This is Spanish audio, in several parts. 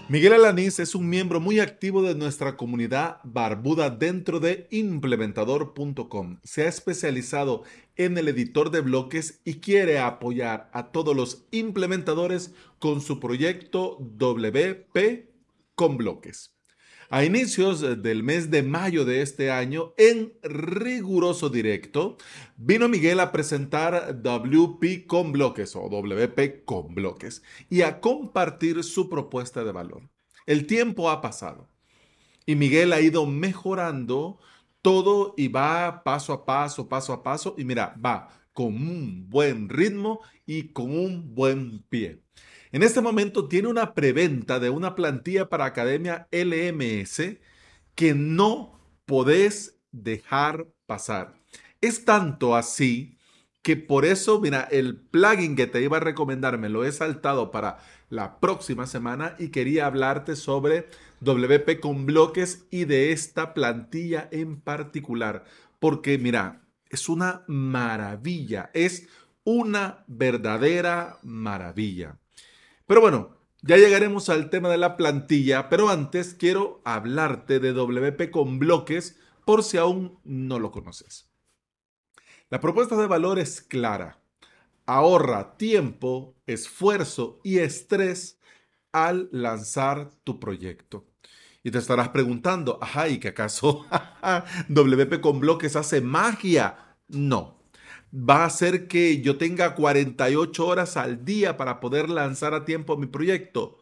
Miguel Alanís es un miembro muy activo de nuestra comunidad barbuda dentro de implementador.com. Se ha especializado en el editor de bloques y quiere apoyar a todos los implementadores con su proyecto WP con bloques. A inicios del mes de mayo de este año, en riguroso directo, vino Miguel a presentar WP con bloques o WP con bloques y a compartir su propuesta de valor. El tiempo ha pasado y Miguel ha ido mejorando todo y va paso a paso y mira, va con un buen ritmo y con un buen pie. En este momento tiene una preventa de una plantilla para Academia LMS que no podés dejar pasar. Es tanto así que por eso, mira, el plugin que te iba a recomendar me lo he saltado para la próxima semana y quería hablarte sobre WP con bloques y de esta plantilla en particular. Porque mira, es una maravilla, es una verdadera maravilla. Pero bueno, ya llegaremos al tema de la plantilla, pero antes quiero hablarte de WP con bloques por si aún no lo conoces. La propuesta de valor es clara. Ahorra tiempo, esfuerzo y estrés al lanzar tu proyecto. Y te estarás preguntando, ajá, ¿y que acaso WP con bloques hace magia? No. Va a hacer que yo tenga 48 horas al día para poder lanzar a tiempo mi proyecto.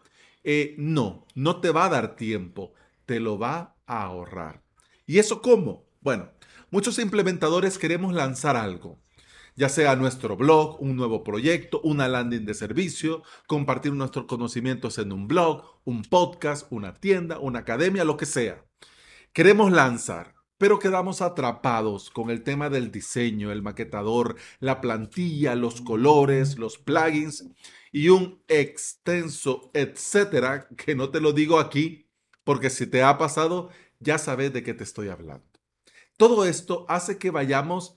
No, no te va a dar tiempo, te lo va a ahorrar. ¿Y eso cómo? Bueno, muchos implementadores queremos lanzar algo, ya sea nuestro blog, un nuevo proyecto, una landing de servicio, compartir nuestros conocimientos en un blog, un podcast, una tienda, una academia, lo que sea. Queremos lanzar, pero quedamos atrapados con el tema del diseño, el maquetador, la plantilla, los colores, los plugins y un extenso etcétera que no te lo digo aquí porque si te ha pasado ya sabes de qué te estoy hablando. Todo esto hace que vayamos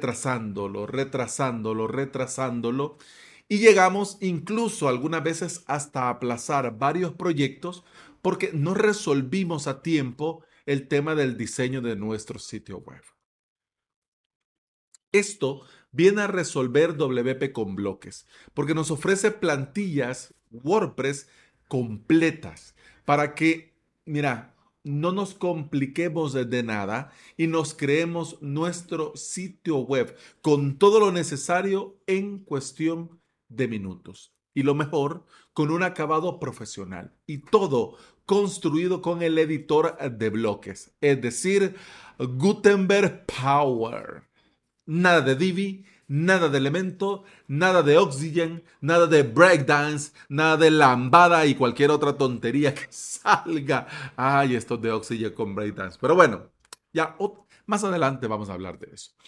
retrasándolo y llegamos incluso algunas veces hasta a aplazar varios proyectos porque no resolvimos a tiempo el tema del diseño de nuestro sitio web. Esto viene a resolver WP con bloques porque nos ofrece plantillas WordPress completas para que, mira, no nos compliquemos de nada y nos creemos nuestro sitio web con todo lo necesario en cuestión de minutos. Y lo mejor, con un acabado profesional. Y todo construido con el editor de bloques, es decir, Gutenberg Power. Nada de Divi, nada de Elemento, nada de Oxygen, nada de Breakdance, nada de Lambada y cualquier otra tontería que salga. Ay, esto de Oxygen con Breakdance. Pero bueno, ya más adelante vamos a hablar de eso.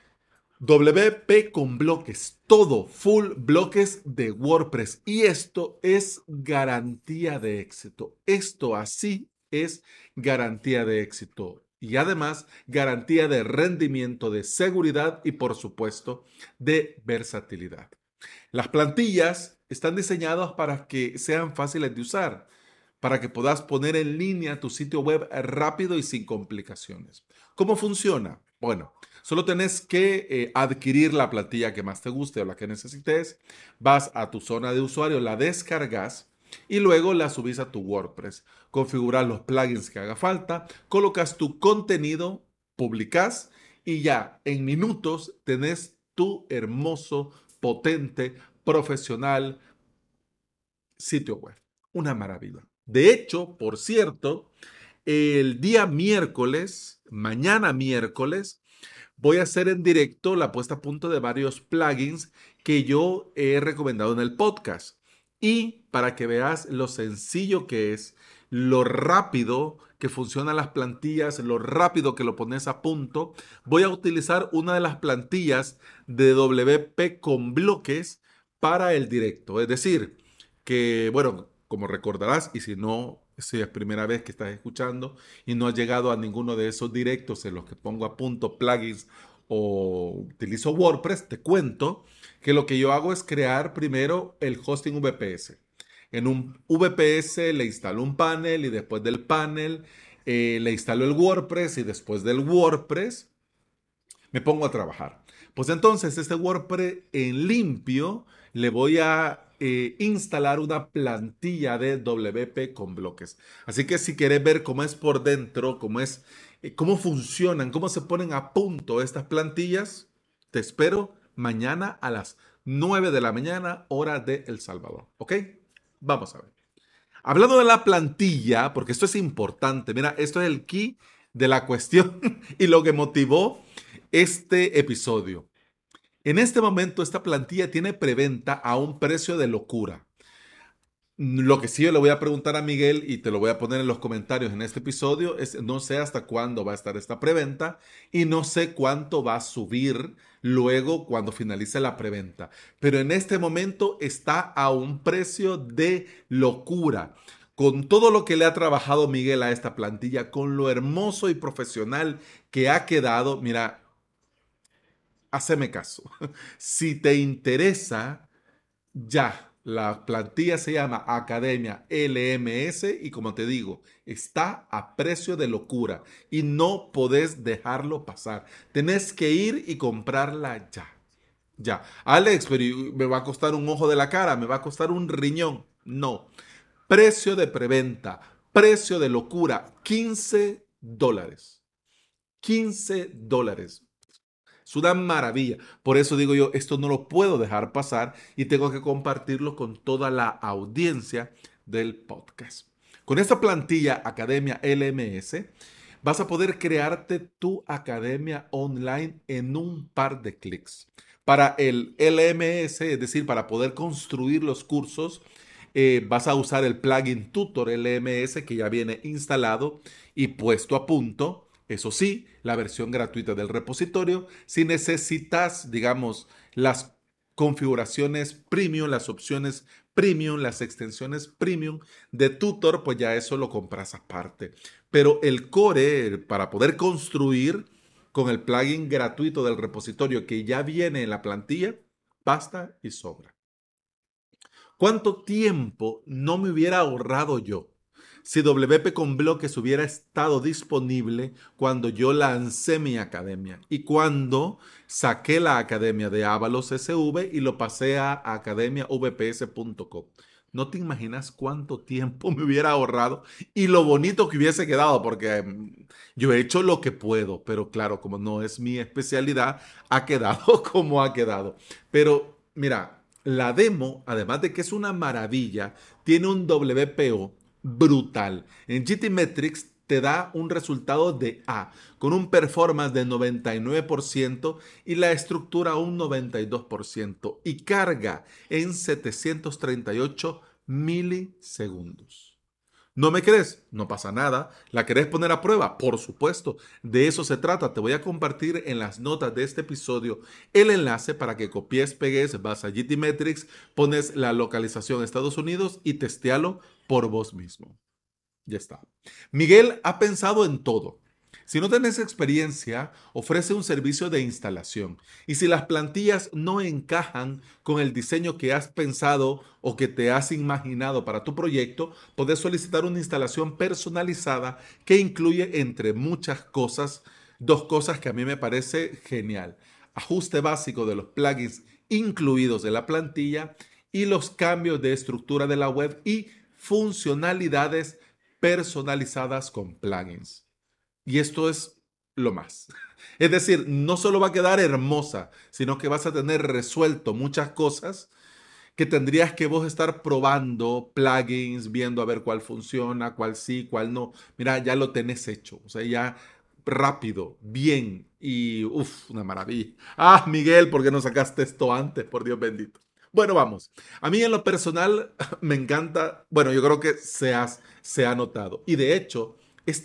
WP con bloques, todo full bloques de WordPress. Y esto es garantía de éxito. Esto así es garantía de éxito. Y además garantía de rendimiento, de seguridad y por supuesto de versatilidad. Las plantillas están diseñadas para que sean fáciles de usar, para que puedas poner en línea tu sitio web rápido y sin complicaciones. ¿Cómo funciona? Bueno, solo tenés que adquirir la plantilla que más te guste o la que necesites, vas a tu zona de usuario, la descargas y luego la subís a tu WordPress. Configuras los plugins que haga falta, colocas tu contenido, publicas y ya en minutos tenés tu hermoso, potente, profesional sitio web. Una maravilla. De hecho, por cierto, el día miércoles, mañana miércoles, voy a hacer en directo la puesta a punto de varios plugins que yo he recomendado en el podcast. Y para que veas lo sencillo que es, lo rápido que funcionan las plantillas, lo rápido que lo pones a punto, voy a utilizar una de las plantillas de WP con bloques para el directo. Es decir, que, bueno, como recordarás, y si no, si es primera vez que estás escuchando y no has llegado a ninguno de esos directos en los que pongo a punto plugins o utilizo WordPress, te cuento que lo que yo hago es crear primero el hosting VPS. En un VPS le instalo un panel y después del panel le instalo el WordPress y después del WordPress me pongo a trabajar. Pues entonces este WordPress en limpio le voy a instalar una plantilla de WP con bloques. Así que si quieres ver cómo es por dentro, cómo funcionan, cómo se ponen a punto estas plantillas, te espero mañana a las 9 de la mañana, hora de El Salvador. ¿Ok? Vamos a ver. Hablando de la plantilla, porque esto es importante, mira, esto es el key de la cuestión y lo que motivó este episodio. En este momento, esta plantilla tiene preventa a un precio de locura. Lo que sí yo le voy a preguntar a Miguel y te lo voy a poner en los comentarios en este episodio es no sé hasta cuándo va a estar esta preventa y no sé cuánto va a subir luego cuando finalice la preventa. Pero en este momento está a un precio de locura. Con todo lo que le ha trabajado Miguel a esta plantilla, con lo hermoso y profesional que ha quedado, mira, haceme caso. Si te interesa, ya, la plantilla se llama Academia LMS y como te digo, está a precio de locura y no podés dejarlo pasar. Tenés que ir y comprarla ya. Ya. Alex, pero me va a costar un ojo de la cara, me va a costar un riñón. No. Precio de preventa, precio de locura, $15. $15. Es una maravilla. Por eso digo yo, esto no lo puedo dejar pasar y tengo que compartirlo con toda la audiencia del podcast. Con esta plantilla Academia LMS vas a poder crearte tu academia online en un par de clics. Para el LMS, es decir, para poder construir los cursos, vas a usar el plugin Tutor LMS que ya viene instalado y puesto a punto. Eso sí, la versión gratuita del repositorio. Si necesitas, digamos, las configuraciones premium, las opciones premium, las extensiones premium de Tutor, pues ya eso lo compras aparte. Pero el core para poder construir con el plugin gratuito del repositorio que ya viene en la plantilla, basta y sobra. ¿Cuánto tiempo no me hubiera ahorrado yo si WP con bloques hubiera estado disponible cuando yo lancé mi academia y cuando saqué la academia de Avalos SV y lo pasé a academiavps.com? No te imaginas cuánto tiempo me hubiera ahorrado y lo bonito que hubiese quedado, porque yo he hecho lo que puedo, pero claro, como no es mi especialidad, ha quedado como ha quedado. Pero mira, la demo, además de que es una maravilla, tiene un WPO brutal. En GTmetrix te da un resultado de A, con un performance de 99% y la estructura un 92% y carga en 738 milisegundos. ¿No me crees? No pasa nada. ¿La querés poner a prueba? Por supuesto. De eso se trata. Te voy a compartir en las notas de este episodio el enlace para que copies, pegues, vas a GTmetrix, pones la localización Estados Unidos y testealo por vos mismo. Ya está. Miguel ha pensado en todo. Si no tenés experiencia, ofrece un servicio de instalación. Y si las plantillas no encajan con el diseño que has pensado o que te has imaginado para tu proyecto, podés solicitar una instalación personalizada que incluye, entre muchas cosas, dos cosas que a mí me parece genial. Ajuste básico de los plugins incluidos en la plantilla y los cambios de estructura de la web y funcionalidades personalizadas con plugins. Y esto es lo más. Es decir, no solo va a quedar hermosa, sino que vas a tener resuelto muchas cosas que tendrías que vos estar probando plugins, viendo a ver cuál funciona, cuál sí, cuál no. Mira, ya lo tenés hecho. O sea, ya rápido, bien y uff, una maravilla. Ah, Miguel, ¿por qué no sacaste esto antes? Por Dios bendito. Bueno, vamos. A mí en lo personal me encanta, bueno, yo creo que se ha notado. Y de hecho,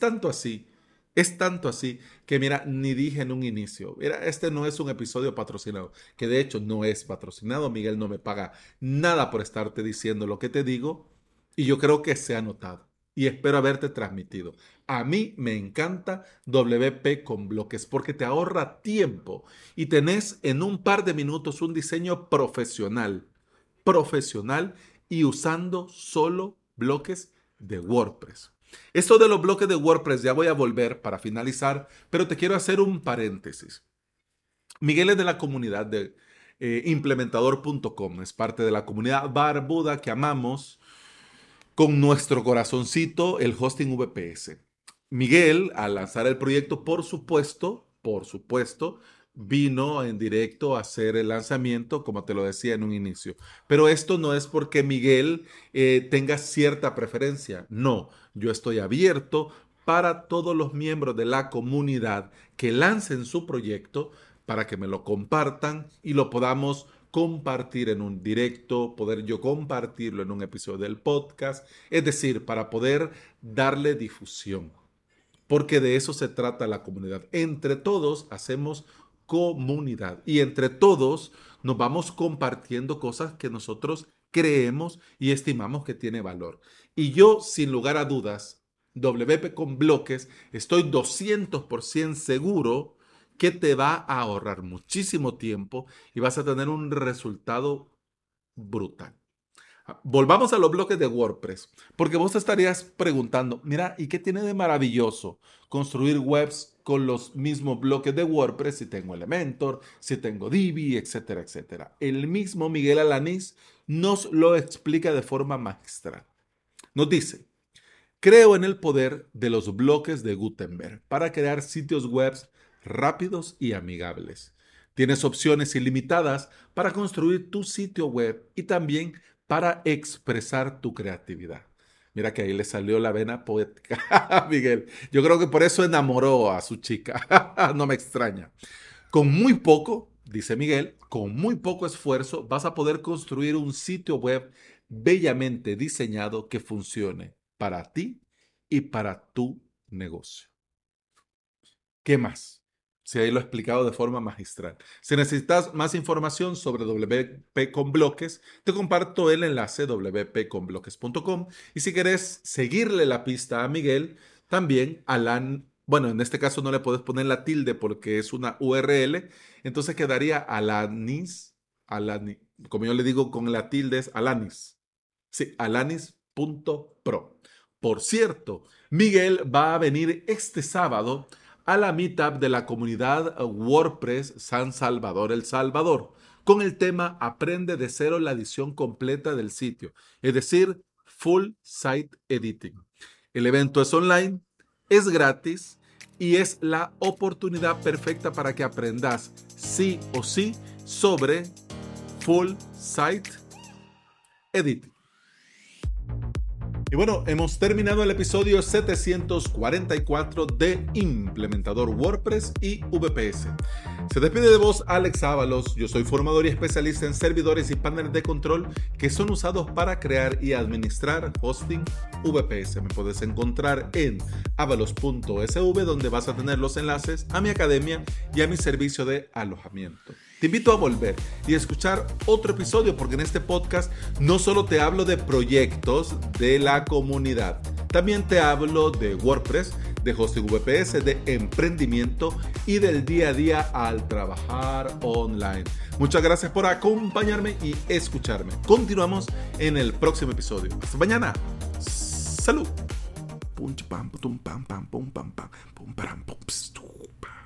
es tanto así que mira, ni dije en un inicio, mira, este no es un episodio patrocinado, que de hecho no es patrocinado, Miguel no me paga nada por estarte diciendo lo que te digo y yo creo que se ha notado y espero haberte transmitido. A mí me encanta WP con bloques porque te ahorra tiempo y tenés en un par de minutos un diseño profesional y usando solo bloques de WordPress. Esto de los bloques de WordPress ya voy a volver para finalizar, pero te quiero hacer un paréntesis. Miguel es de la comunidad de implementador.com, es parte de la comunidad barbuda que amamos con nuestro corazoncito, el hosting VPS. Miguel, al lanzar el proyecto, por supuesto, vino en directo a hacer el lanzamiento, como te lo decía en un inicio. Pero esto no es porque Miguel tenga cierta preferencia. No, yo estoy abierto para todos los miembros de la comunidad que lancen su proyecto para que me lo compartan y lo podamos compartir en un directo, poder yo compartirlo en un episodio del podcast, es decir, para poder darle difusión. Porque de eso se trata la comunidad. Entre todos hacemos comunidad y entre todos nos vamos compartiendo cosas que nosotros creemos y estimamos que tiene valor. Y yo, sin lugar a dudas, WP con bloques, estoy 200% seguro que te va a ahorrar muchísimo tiempo y vas a tener un resultado brutal. Volvamos a los bloques de WordPress, porque vos te estarías preguntando, mira, ¿y qué tiene de maravilloso construir webs con los mismos bloques de WordPress si tengo Elementor, si tengo Divi, etcétera, etcétera? El mismo Miguel Alanís nos lo explica de forma magistral. Nos dice, creo en el poder de los bloques de Gutenberg para crear sitios web rápidos y amigables. Tienes opciones ilimitadas para construir tu sitio web y también para expresar tu creatividad. Mira que ahí le salió la vena poética a Miguel. Yo creo que por eso enamoró a su chica. No me extraña. Con muy poco, dice Miguel, con muy poco esfuerzo vas a poder construir un sitio web bellamente diseñado que funcione para ti y para tu negocio. ¿Qué más? Si ahí lo he explicado de forma magistral. Si necesitas más información sobre WP con bloques, te comparto el enlace wpconbloques.com y si querés seguirle la pista a Miguel, también bueno, en este caso no le puedes poner la tilde porque es una URL, entonces quedaría alanis, como yo le digo con la tilde es alanis. Sí, alanis.pro. Por cierto, Miguel va a venir este sábado a la meetup de la comunidad WordPress San Salvador, El Salvador, con el tema Aprende de cero la edición completa del sitio, es decir, Full Site Editing. El evento es online, es gratis y es la oportunidad perfecta para que aprendas sí o sí sobre Full Site Editing. Y bueno, hemos terminado el episodio 744 de Implementador WordPress y VPS. Se despide de vos Alex Ábalos. Yo soy formador y especialista en servidores y paneles de control que son usados para crear y administrar hosting VPS. Me puedes encontrar en avalos.sv, donde vas a tener los enlaces a mi academia y a mi servicio de alojamiento. Te invito a volver y escuchar otro episodio porque en este podcast no solo te hablo de proyectos de la comunidad, también te hablo de WordPress, de hosting VPS, de emprendimiento y del día a día al trabajar online. Muchas gracias por acompañarme y escucharme. Continuamos en el próximo episodio. Hasta mañana. Salud. Pum pam pum pam pam pum pam pam pum pam pum.